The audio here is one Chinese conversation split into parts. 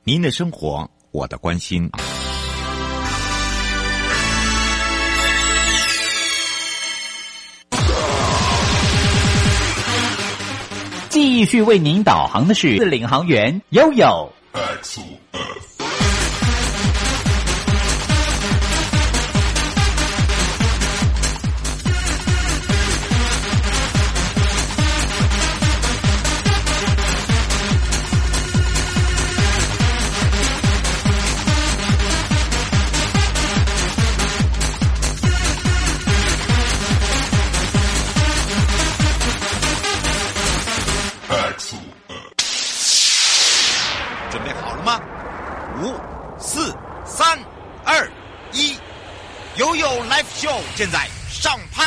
您的生活，我的关心。继续为您导航的是领航员悠悠。 准备好了吗？5、4、3、2、1，悠悠 Live Show 正在上拍。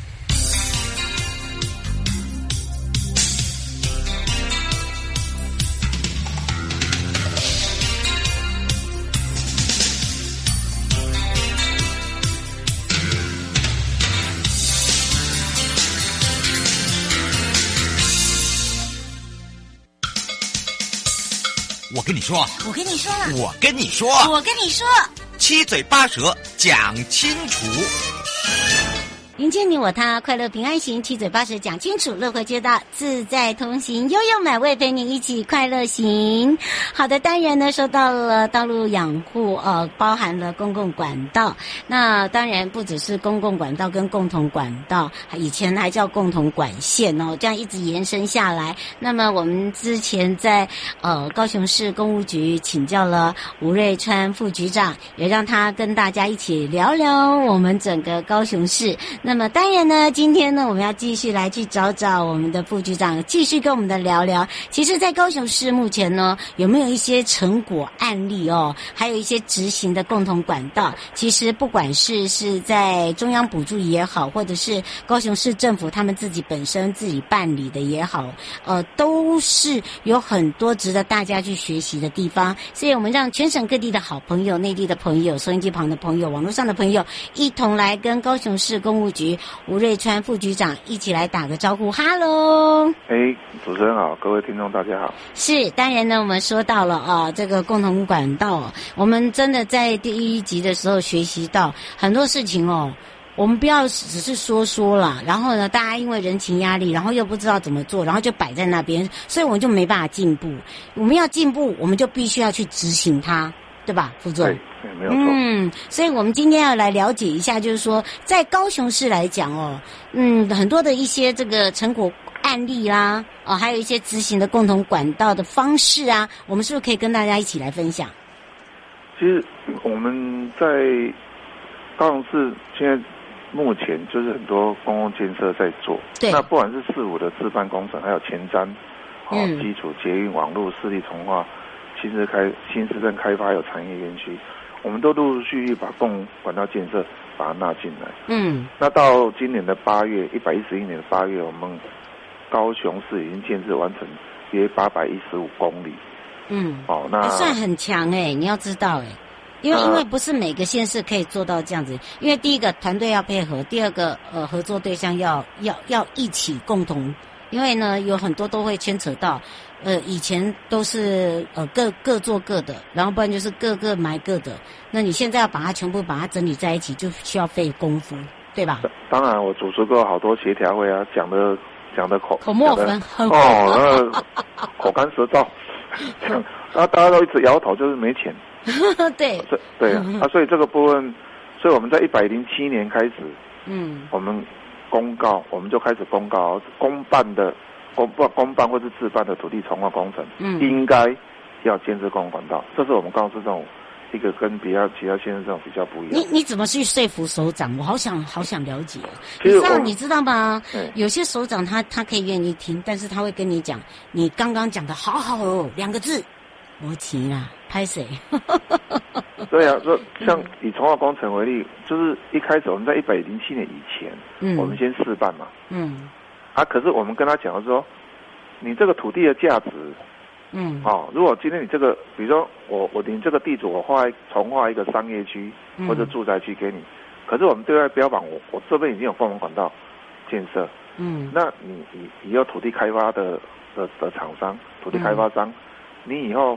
我跟你说， 我跟你说， 我跟你说， 我跟你说， 七嘴八舌讲清楚。 迎接你我他，快乐平安行，七嘴八舌讲清楚，乐活街道自在同行，悠悠美味陪你一起快乐行。好的，当然呢，说到了道路养护，包含了公共管道。那当然不只是公共管道跟共同管道，以前还叫共同管线哦，这样一直延伸下来。那么我们之前在高雄市公务局请教了吴瑞川副局长，也让他跟大家一起聊聊我们整个高雄市。那么当然呢，今天呢，我们要继续来去找找我们的副局长，继续跟我们的聊聊。其实，在高雄市目前呢，有没有一些成果案例哦？还有一些执行的共同管道。其实，不管是在中央补助也好，或者是高雄市政府他们自己本身自己办理的也好，都是有很多值得大家去学习的地方。所以我们让全省各地的好朋友、内地的朋友、收音机旁的朋友、网络上的朋友，一同来跟高雄市公务局吴瑞川副局长一起来打个招呼。哈喽， 主持人好，各位听众大家好。 是，当然呢，我们说到了这个共同管道，我们真的在第1集的时候学习到很多事情哦。我们不要只是说啦，然后呢，大家因为人情压力，然后又不知道怎么做，然后就摆在那边，所以我们就没办法进步。我们要进步，我们就必须要去执行它，对吧，副总？ 对，没有错。 所以我们今天要来了解一下，就是说，在高雄市来讲哦，很多的一些这个成果案例啦，还有一些执行的共同管道的方式啊，我们是不是可以跟大家一起来分享？ 其实我们在高雄市现在目前就是很多公共建设在做， 对， 那不管是4、5的自办工程，还有前瞻，基础捷运网络、市立重划、新市镇开发，还有产业园区，我们都陆陆续续把共管道建设把它纳进来。那到今年的8月，111年的8月，我们高雄市已经建设完成约815公里。那算很强你要知道因为不是每个县市可以做到这样子，因为第一个团队要配合，第二个合作对象要一起共同，因为呢有很多都会牵扯到以前都是各做各的，然后不然就是各个埋各的，那你现在要把它全部把它整理在一起，就需要费功夫，对吧？当然我主持过好多协调会啊，讲的口沫纷口干舌燥，这样，然后大家都一直摇头，就是没钱。 对所以这个部分，所以我们在107年开始，我们就开始公告公办或是自办的土地重划工程，应该要建设公共管道，这是我们高雄市政府一个跟其他县市政府比较不一样。 你怎么去说服首长？我好想了解。你知道吗？有些首长他可以愿意听，但是他会跟你讲，你刚刚讲的好好哦，2个字，没钱啦，拍谁？ 对啊，说像以重划工程为例，就是一开始我们在107年以前，我们先试办嘛，可是我们跟他讲的说，你这个土地的价值，如果今天你这个，比如说你这个地主，我重划一个商业区或者住宅区给你，可是我们对外标榜我这边已经有共同管道建设，那你以后土地开发的厂商、土地开发商，你以后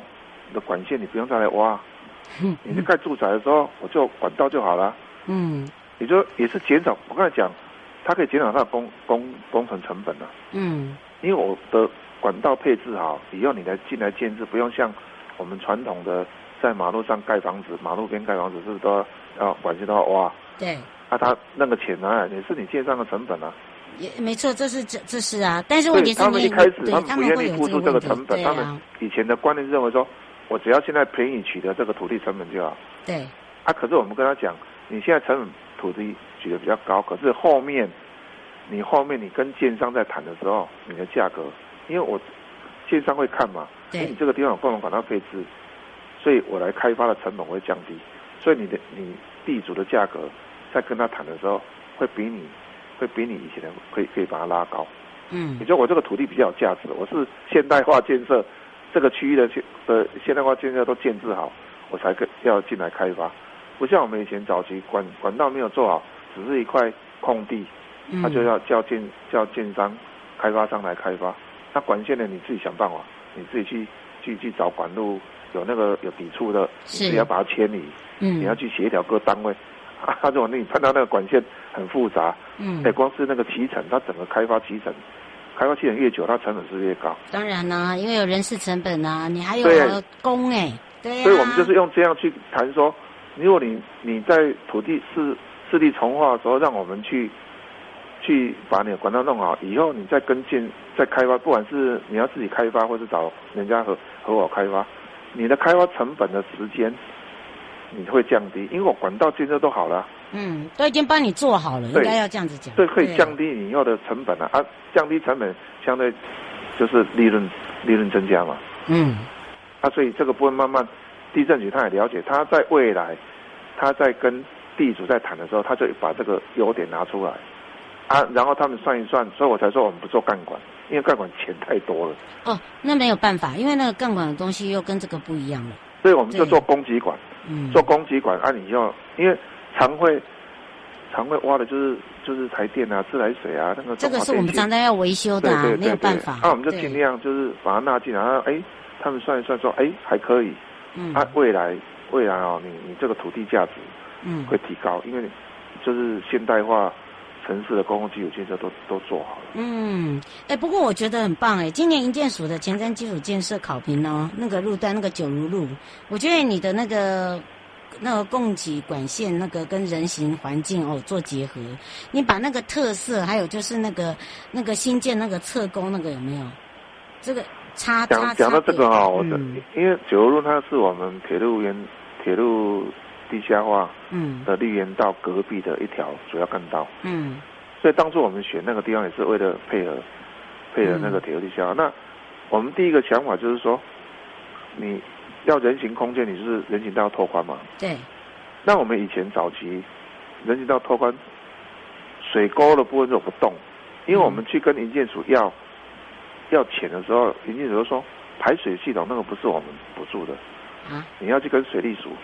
的管线你不用再来挖，你去盖住宅的时候，我就管道就好了。也就也是减少，我刚才讲，它可以减少它的工程成本了。因为我的管道配置好，以后你进来建制，不用像我们传统的在马路上盖房子，马路边盖房子是不是都要管线都要挖？ 对。 他那个钱拿来也是你建商的成本啊。 也没错，这是啊，但是问题是他们一开始他们不愿意付出这个成本， 他们以前的观念认为说，我只要现在便宜取得这个土地成本就好。 对。 可是我们跟他讲，你现在成本土地取得比较高，可是后面你跟建商在谈的时候，你的价格，因为我建商会看嘛，因为你这个地方有共同管道配置，所以我来开发的成本会降低，所以你地主的价格在跟他谈的时候，会比你以前的可以把它拉高。你说我这个土地比较有价值，我是现代化建设，这个区域的现代化建设都建制好，我才要进来开发。不像我们以前早期管道没有做好，只是一块空地，他就要叫建商、开发商来开发。那管线呢，你自己想办法，你自己去找管路有抵触的，你自己要把它迁移，你要去协调各单位。如果你看到那个管线很复杂，光是那个期程，它整个开发期程越久，它成本是越高。 当然啦，因为有人事成本啊，你还有工对啊。 所以我们就是用这样去谈说，如果你在土地市地重划的时候，让我们去把你的管道弄好，以后你再再开发，不管是你要自己开发，或是找人家合伙开发，你的开发成本的时间你会降低，因为我管道建设都好了， 都已经帮你做好了，应该要这样子讲。 对，可以降低你以后的成本啊，降低成本相对就是利润增加嘛。所以这个部分慢慢地政局他也了解，他在未来他在跟地主在谈的时候，他就把这个优点拿出来然后他们算一算，所以我才说我们不做干管，因为干管钱太多了。 那没有办法，因为那个干管的东西又跟这个不一样了， 所以我们就做供给管。做供给管你要，因为常会挖的就是台电啊、自来水啊那个。 这个是我们常常要维修的对， 没有办法。 我们就尽量就是把它纳进来，他们算一算说，还可以。未来你这个土地价值会提高，因为就是现代化城市的公共基础建设都做好了。 不过我觉得很棒今年营建署的前瞻基础建设考评那个路段那个九如路，我觉得你的那个供给管线那个跟人行环境做结合，你把那个特色还有就是那个新建那个侧沟那个有没有？这个讲到这个因为九如路它是我们铁路地下化的绿园道隔壁的一条主要干道。所以当初我们选那个地方也是为了配合那个铁路地下化。那我们第一个想法就是说，你要人行空间，你就是人行道拓宽嘛。 对。 那我们以前早期人行道拓宽，水沟的部分就不动，因为我们去跟营建署要钱的时候，营建署就说排水系统那个不是我们补助的，你要去跟水利署。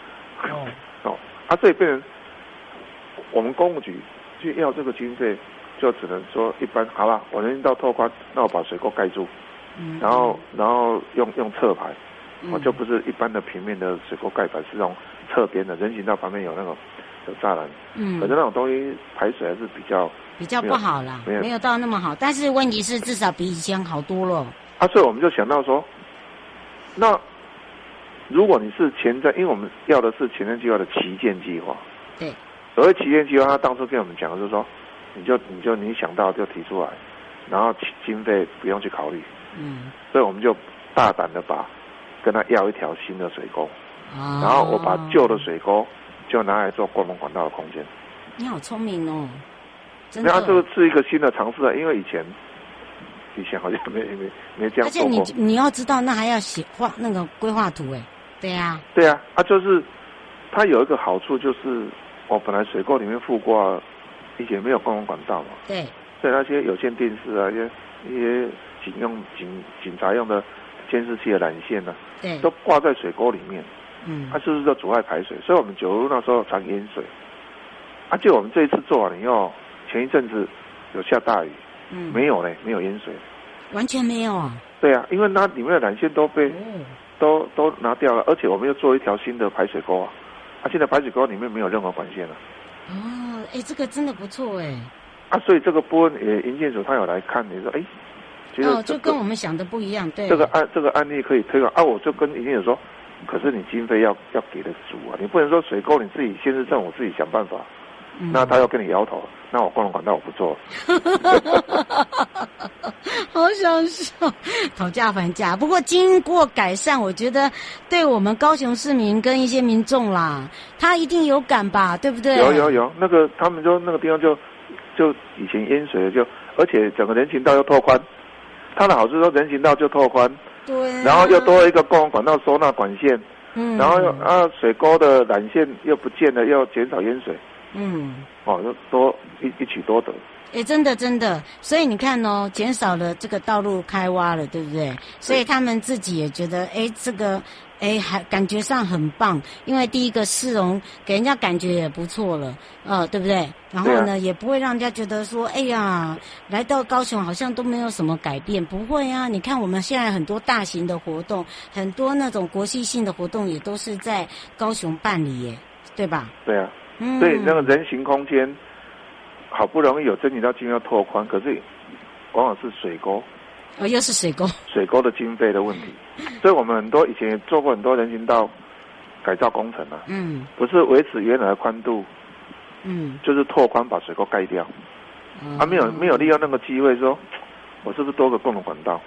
所以变成我们公务局去要这个经费，就只能说一般好了，我人行道拓宽，那我把水沟盖住，然后用侧排，我就不是一般的平面的水沟盖法，是那种侧边的人行道旁边有那种有栅栏。可是那种东西排水还是比较不好啦，没有到那么好。但是问题是至少比以前好多了。 所以我们就想到说，那如果你是前瞻，因为我们要的是前瞻计划的旗舰计划。 对。 所谓旗舰计划，他当初跟我们讲的就是说，你想到就提出来，然后经费不用去考虑。所以我们就大胆的跟他要一条新的水沟，然后我把旧的水沟就拿来做公共管道的空间。 你好聪明哦，真的。 那这个是一个新的尝试因为以前好像没这样做过。 而且你要知道，那还要画那个规划图对啊。 对啊，就是它有一个好处，就是我本来水沟里面附挂以前没有公共管道嘛。 对。 所以那些有线电视啊，一些警察用的监视器的缆线啊， 对， 都挂在水沟里面。它是不是就阻碍排水？所以我们九如那时候常淹水。就我们这一次做完以后，前一阵子有下大雨，没有淹水， 完全没有啊。 对啊，因为那里面的缆线都被都拿掉了，而且我们又做一条新的排水沟啊，现在排水沟里面没有任何管线了。 哦，这个真的不错所以这个部分营建署他有来看，你说觉得就跟我们想的不一样，对。 这个案例可以推广我就跟营建署说，可是你经费要给得足啊，你不能说水沟你自己县市政府自己想办法。那他要跟你摇头，那我共同管道我不做。 好想笑，讨价还价。不过经过改善，我觉得对我们高雄市民跟一些民众啦，他一定有感吧，对不对？ 有，那个他们就那个地方就以前淹水了，而且整个人行道又拓宽。它的好处说人行道就拓宽， 对， 然后又多了一个共同管道收纳管线，然后水沟的缆线又不见了，又减少淹水。就多一举多得。 真的，所以你看减少了这个道路开挖了，对不对？所以他们自己也觉得，这个，还感觉上很棒，因为第一个市容给人家感觉也不错了，对不对？然后呢，也不会让人家觉得说，来到高雄好像都没有什么改变，不会啊！你看我们现在很多大型的活动，很多那种国际性的活动也都是在高雄办理耶，对吧？ 对啊。所以那个人行空间好不容易有真理道经费要拓宽，可是往往是水沟， 又是水沟的经费的问题。所以我们以前也做过很多人行道改造工程啊，不是维持原来的宽度，就是拓宽把水沟盖掉，没有利用那个机会说，我是不是多个共同管道？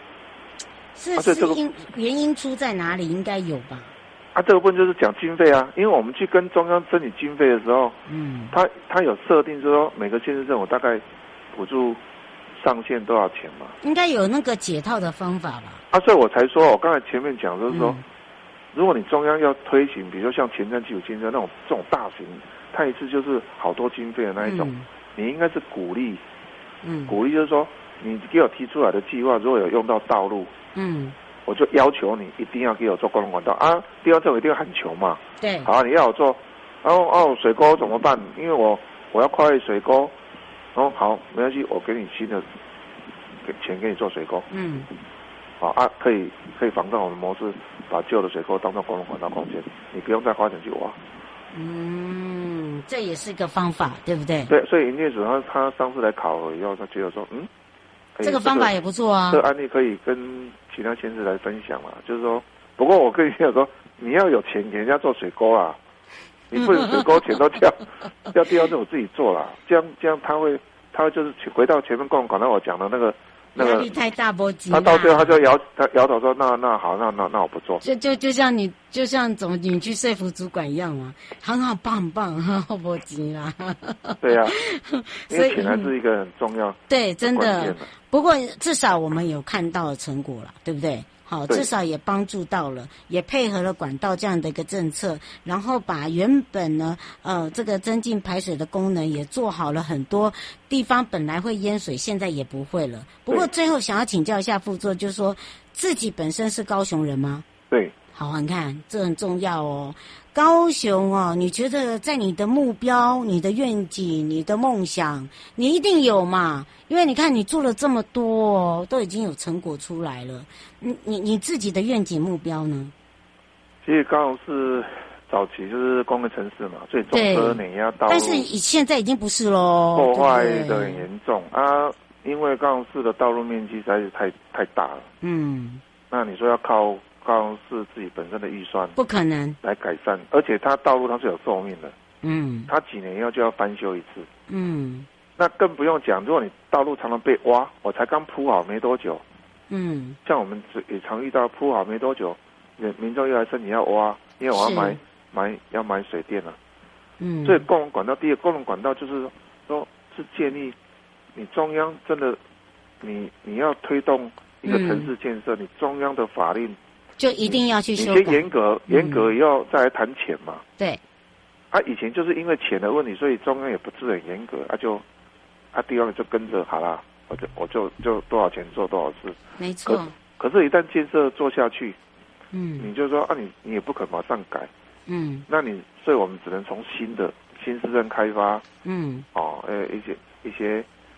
原因出在哪里？应该有吧？ 这个部分就是讲经费啊，因为我们去跟中央争取经费的时候，他有设定说每个县市政府大概补助上限多少钱嘛？ 应该有那个解套的方法吧？ 所以我才说，我刚才前面讲就是说，如果你中央要推行，比如说像前瞻基础建设这种大型，它一次就是好多经费的那一种，你应该是鼓励就是说，你给我提出来的计划如果有用到道路，我就要求你一定要给我做共同管道地方政府一定要很穷嘛。 对。 好，你要我做，然后水沟怎么办？因为我要跨越水沟，好，没关系，我给你新的钱给你做水沟。可以仿照我们模式，把旧的水沟当做共同管道空间，你不用再花钱去挖。 这也是一个方法，对不对？ 对，所以营建署他上次来考核以后，他觉得说， 这个方法也不错啊。 这个案例可以跟其他县市来分享嘛，就是说，不过我跟你讲说，你要有钱给人家做水沟啊，你不能水沟钱都叫地方政府自己做啦，这样他会就是回到前面共同管道我讲的那个压力太大不急。 他到最后他就摇头说那好那我不做。 就像你去说服主管一样嘛，很好棒，不急啦。 对呀，因为钱还是一个很重要。 对，真的。不过至少我们有看到了成果了，对不对？好，至少也帮助到了，也配合了管道这样的一个政策，然后把原本呢，这个增进排水的功能也做好了，很多地方本来会淹水，现在也不会了。不过最后想要请教一下副座，就是说自己本身是高雄人吗？ 对。 好，你看这很重要哦。高雄你觉得在你的目标、你的愿景、你的梦想，你一定有嘛？因为你看你做了这么多都已经有成果出来了。你自己的愿景目标呢？ 其实高雄是早期就是工业城市嘛，所以重车碾压道路， 但是现在已经不是咯， 破坏的很严重因为高雄市的道路面积实在是太大了。那你说要靠高雄市自己本身的预算不可能来改善，而且它道路它是有寿命的，它几年以后就要翻修一次，那更不用讲，如果你道路常常被挖，我才刚铺好没多久，像我们也常遇到铺好没多久，民众又来申请要挖，因为我要买水电了，所以共同管道，第一个共同管道就是说是建立你中央真的你要推动一个城市建设，你中央的法令就一定要去修改， 你先严格以后再来谈钱嘛。 对。 以前就是因为钱的问题，所以中央也不是很严格，地方就跟着好啦，我就多少钱做多少事。 没错。 可是，一旦建设做下去，你就说你也不可马上改，所以我们只能从新市政开发，一些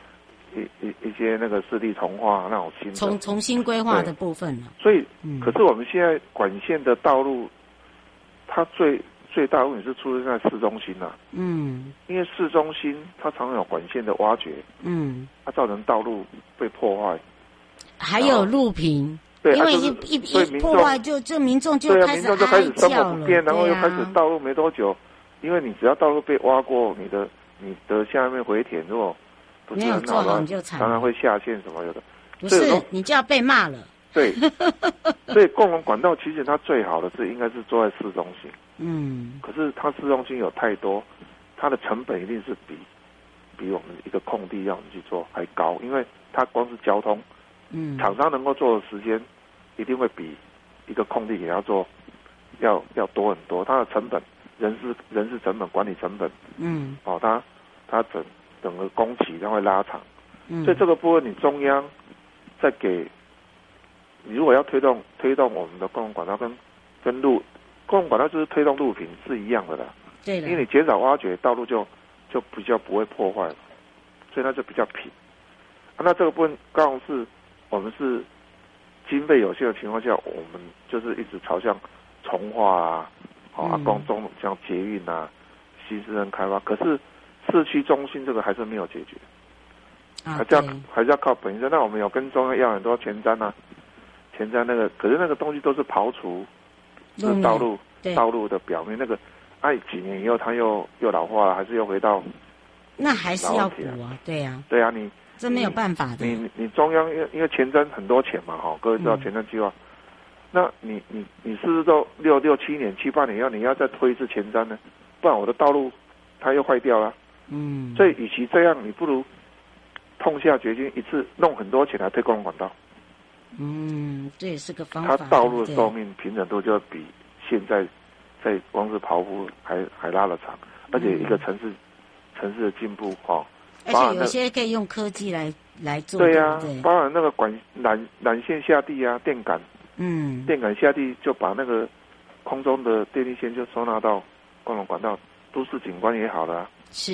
一些那个市地重划那种新的重新规划的部分了。 所以，可是我们现在管线的道路，它最大的问题是出现在市中心啊。因为市中心它常常有管线的挖掘，它造成道路被破坏， 还有路平。 对， 因为一破坏就民众就开始生活不便，然后又开始道路没多久，因为你只要道路被挖过，你的下面回填如果不是很好的，常常会下线什么有的。 不是，你就要被骂了。 对，所以共同管道其实它最好的是应该是做在市中心。可是它市中心有太多，它的成本一定是比我们一个空地要我们去做还高，因为它光是交通。厂商能够做的时间一定会比一个空地给他做要多很多，它的成本、人事成本、管理成本，它整个工期它会拉长，所以这个部分你中央再给，你如果要推动我们的共同管道跟路共同管道就是推动路平是一样的啦， 对的， 因为你减少挖掘，道路就比较不会破坏，所以它就比较平。那这个部分高雄市。我们是经费有限的情况下，我们就是一直朝向重划啊，公中像捷运啊、新市镇开发。可是市区中心这个还是没有解决，还是要靠本身。那我们有跟中央要很多前瞻啊，前瞻那个，可是那个东西都是刨除，是道路的表面那个，几年以后它又老化了，还是又回到， 那还是要补啊，对呀， 对啊， 这没有办法的。 你中央因为前瞻很多钱嘛，各位知道前瞻计划，那你是不是都6、7年、7、8年你要再推一次前瞻呢？不然我的道路它又坏掉了。所以与其这样，你不如痛下决心一次弄很多钱来推共同管道。 这也是个方法。 它道路的寿命平整度就要比现在在光是刨覆还拉得长，而且一个城市的进步而且有些可以用科技来做， 对啊， 对， 包含那个缆线下地啊，电杆，电杆下地就把那个空中的电力线就收纳到共同管道，都市景观也好了啊。 是，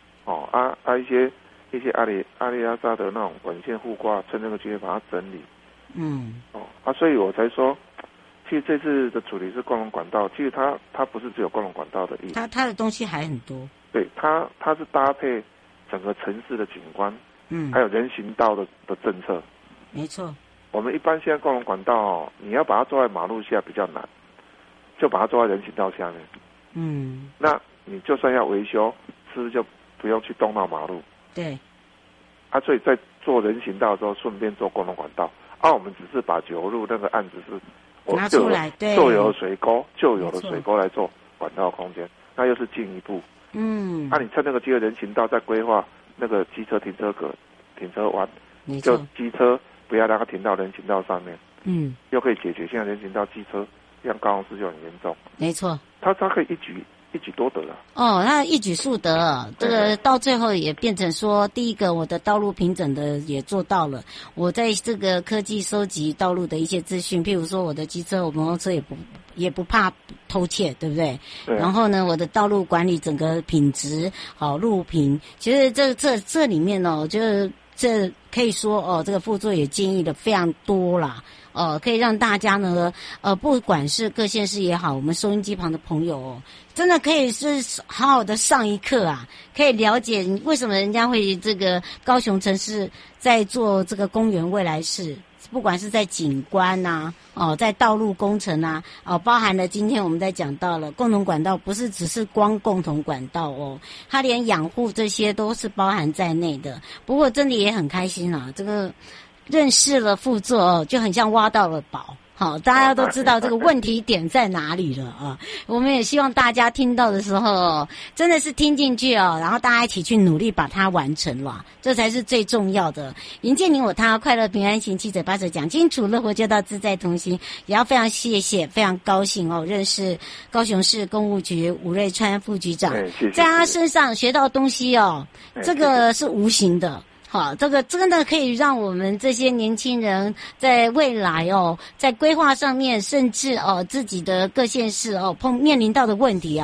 一些阿里阿扎的那种管线互挂，趁这个机会把它整理。所以我才说，其实这次的主题是共同管道，其实它不是只有共同管道的意思， 它的东西还很多。 对，它是搭配整个城市的景观，还有人行道的政策。 没错。 我们一般现在共同管道你要把它做在马路下比较难，就把它做在人行道下面。那你就算要维修，是不是就不用去动到马路？ 对。 所以在做人行道的时候，顺便做共同管道。我们只是把9路那个案子是拿出来，对， 旧有的水沟来做管道空间，那又是进一步。你趁那个机会人行道再规划那个机车停车弯，就机车不要让它停到人行道上面，又可以解决现在人行道机车像高雄市就很严重。 没错， 它可以一举多得了。 它一举数得，这个到最后也变成说，第一个我的道路平整的也做到了，我在这个科技收集道路的一些资讯，譬如说我的机车、我摩托车也不怕偷窃，对不对？ 对。 然后呢，我的道路管理整个品质路平，其实这里面就是这可以说这个副座也建议的非常多啦。可以让大家呢，不管是各县市也好，我们收音机旁的朋友真的可以是好好的上一课啊，可以了解为什么人家会这个高雄城市在做这个公园未来式，不管是在景观啊，在道路工程啊，包含了今天我们在讲到了共同管道，不是只是光共同管道它连养护这些都是包含在内的。不过真的也很开心啊，这个认识了副座就很像挖到了宝。好，大家都知道这个问题点在哪里了啊！我们也希望大家听到的时候，真的是听进去然后大家一起去努力把它完成了，这才是最重要的。迎接你我他，快乐平安行，七嘴八舌讲清楚，乐活街道自在同行。也要非常谢谢，非常高兴认识高雄市公务局吴瑞川副局长，在他身上学到东西这个是无形的。好，这个真的可以让我们这些年轻人在未来在规划上面，甚至自己的各县市面临到的问题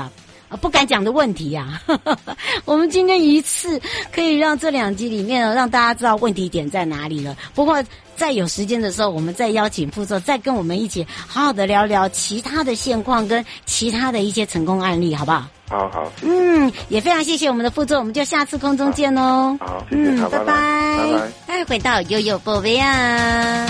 不敢讲的问题呀。我们今天一次可以让这2集里面让大家知道问题点在哪里了。不过再有时间的时候，我们再邀请副座再跟我们一起好好的聊聊其他的现况跟其他的一些成功案例，好不好？ 好， 也非常谢谢我们的副座，我们就下次空中见喽。 好，谢谢， 拜拜。再回到悠悠宝贝啊。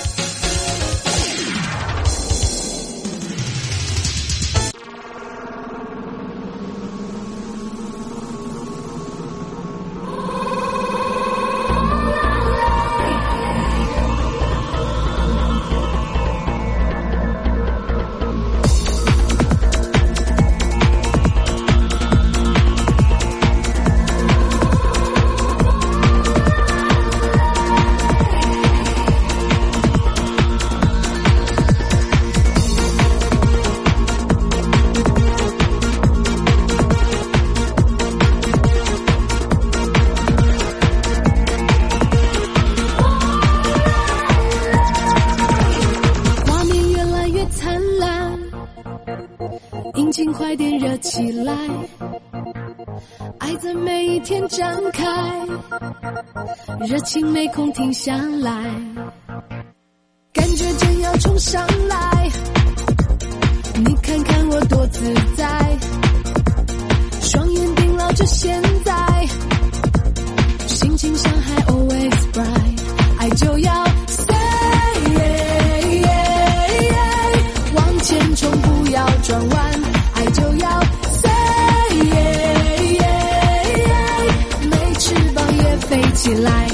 起来，爱在每一天展开，热情没空停下来，感觉正要冲上来，你看看我多自在，双眼盯牢着现在，心情像海 always bright， 爱就要 say yeah, yeah, yeah， 往前冲不要转弯，爱就要 say yeah, yeah, yeah， 没翅膀也飞起来。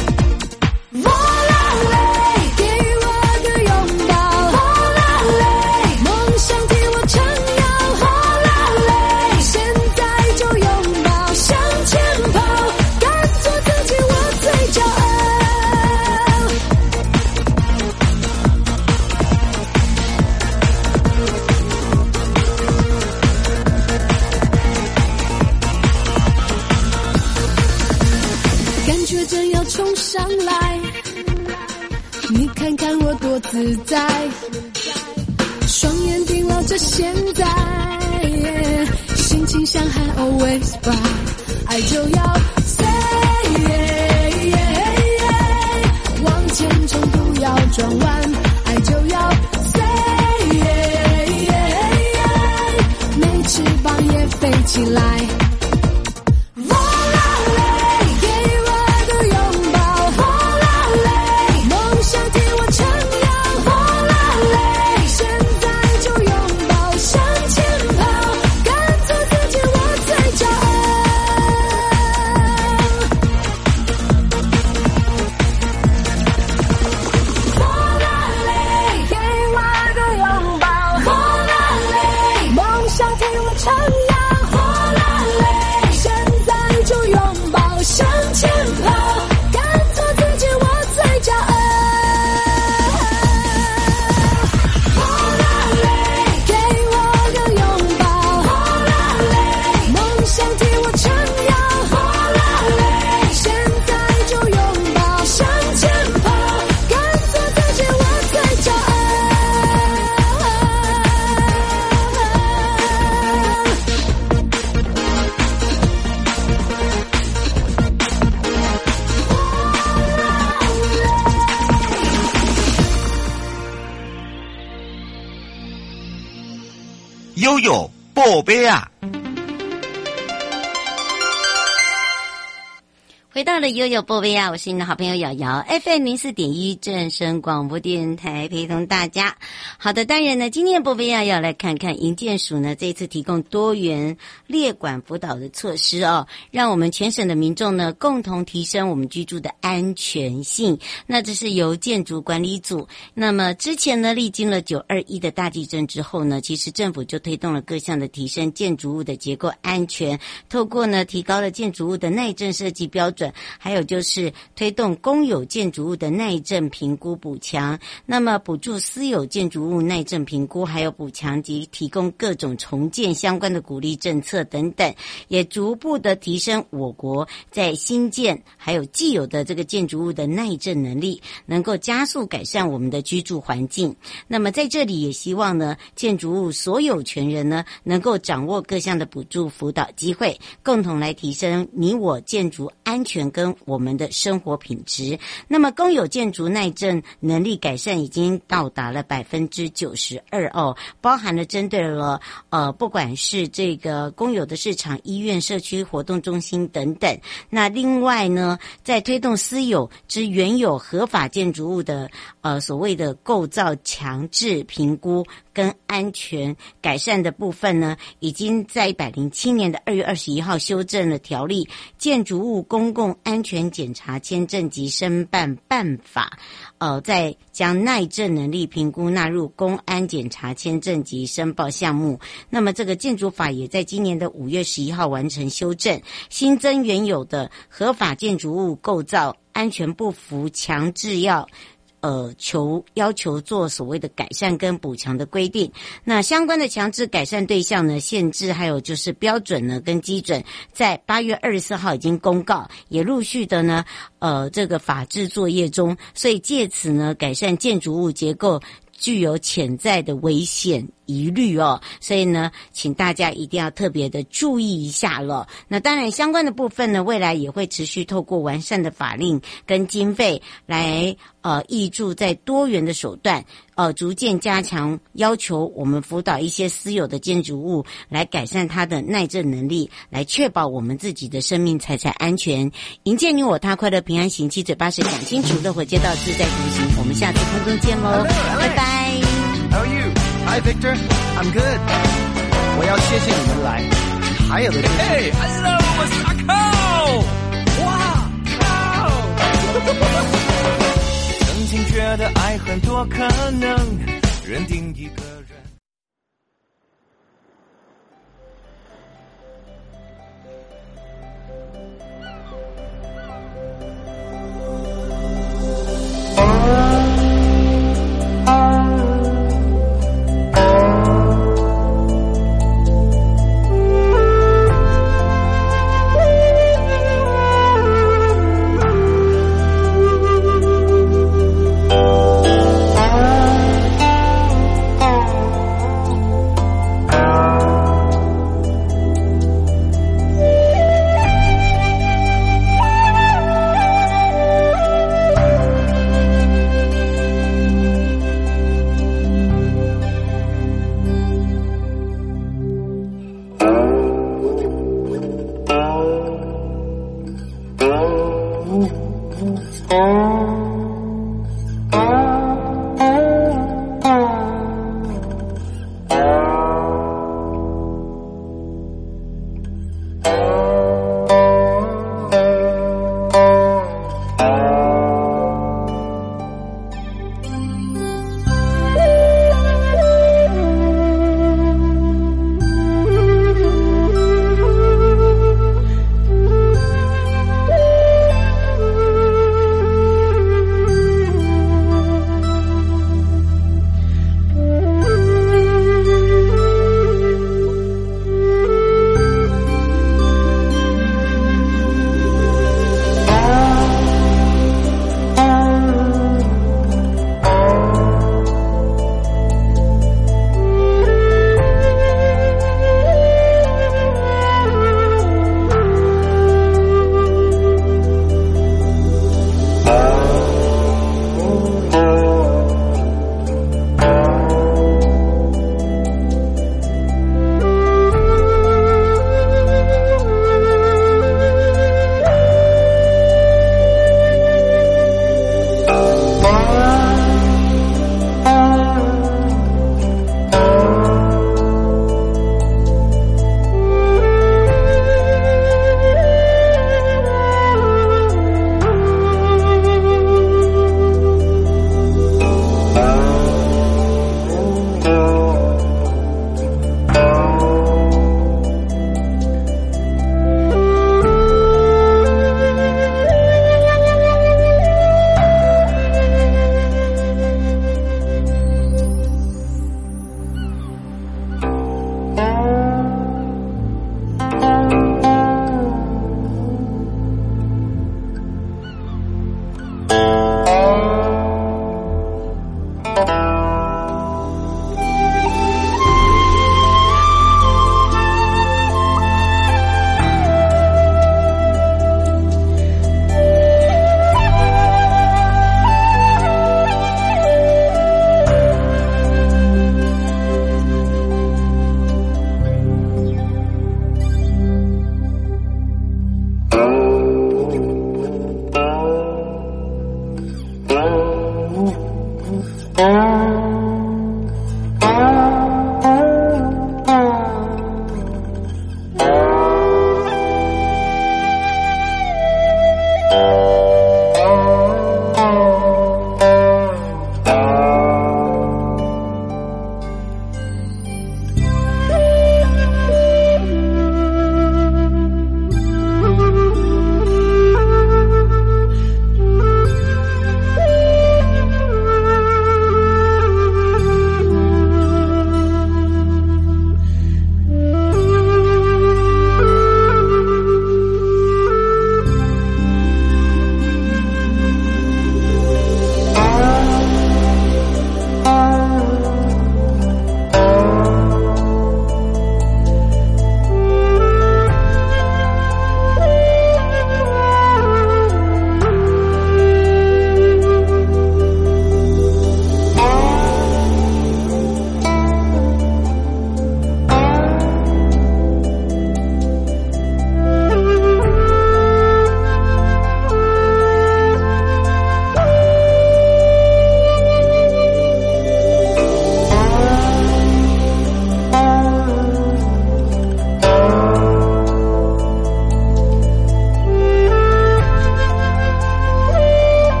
冲上来，你看看我多自在，双眼盯牢着现在，心情像海 always bright， 爱就要 say yeah, yeah, yeah， 往前冲不要转弯，爱就要 say yeah, yeah, yeah， 没翅膀也飞起来。 悠悠宝贝啊！ 回到了悠悠宝贝啊，我是你的好朋友瑶瑶 ，FM 04.1正声广播电台，陪同大家。好的，当然呢，今天的宝贝啊，要来看看营建署呢这次提供多元列管辅导的措施哦，让我们全省的民众呢共同提升我们居住的安全性。那这是由建筑管理组，那么之前呢历经了921的大地震之后呢，其实政府就推动了各项的提升建筑物的结构安全，透过呢提高了建筑物的耐震设计标准。 准，还有就是推动公有建筑物的耐震评估补强，那么补助私有建筑物耐震评估还有补强及提供各种重建相关的鼓励政策等等，也逐步的提升我国在新建还有既有的这个建筑物的耐震能力，能够加速改善我们的居住环境。那么在这里也希望呢，建筑物所有权人呢能够掌握各项的补助辅导机会，共同来提升你我建筑安全跟我们的生活品质。那么公有建筑耐震能力改善已经到达了92%哦，包含了针对了不管是这个公有的市场、医院、社区活动中心等等。那另外呢，在推动私有之原有合法建筑物的所谓的构造强制评估跟安全改善的部分呢，已经在107年的2月21号修正了条例《建筑物公共安全检查签证及申办办法》，再将耐震能力评估纳入公安检查签证及申报项目。那么这个建筑法也在今年的5月11号完成修正，新增原有的合法建筑物构造安全不符强制要求做所谓的改善跟补强的规定。那相关的强制改善对象呢、限制还有就是标准呢跟基准，在8月24号已经公告，也陆续的呢这个法制作业中，所以借此呢改善建筑物结构具有潜在的危险疑虑哦，所以呢请大家一定要特别的注意一下了。那当然相关的部分呢，未来也会持续透过完善的法令跟经费来挹注在多元的手段逐渐加强要求我们辅导一些私有的建筑物来改善它的耐震能力，来确保我们自己的生命财产安全，迎接你我他，快乐平安行，七嘴八舌讲清楚，乐活街道自在同行。我们下次空中见喽，拜拜。 How are you? Hi, Victor. I'm good. 我要谢谢你们来，还有的就是 Hey, hello, 我是阿寇。哇，靠！曾经觉得爱很多可能，认定一个。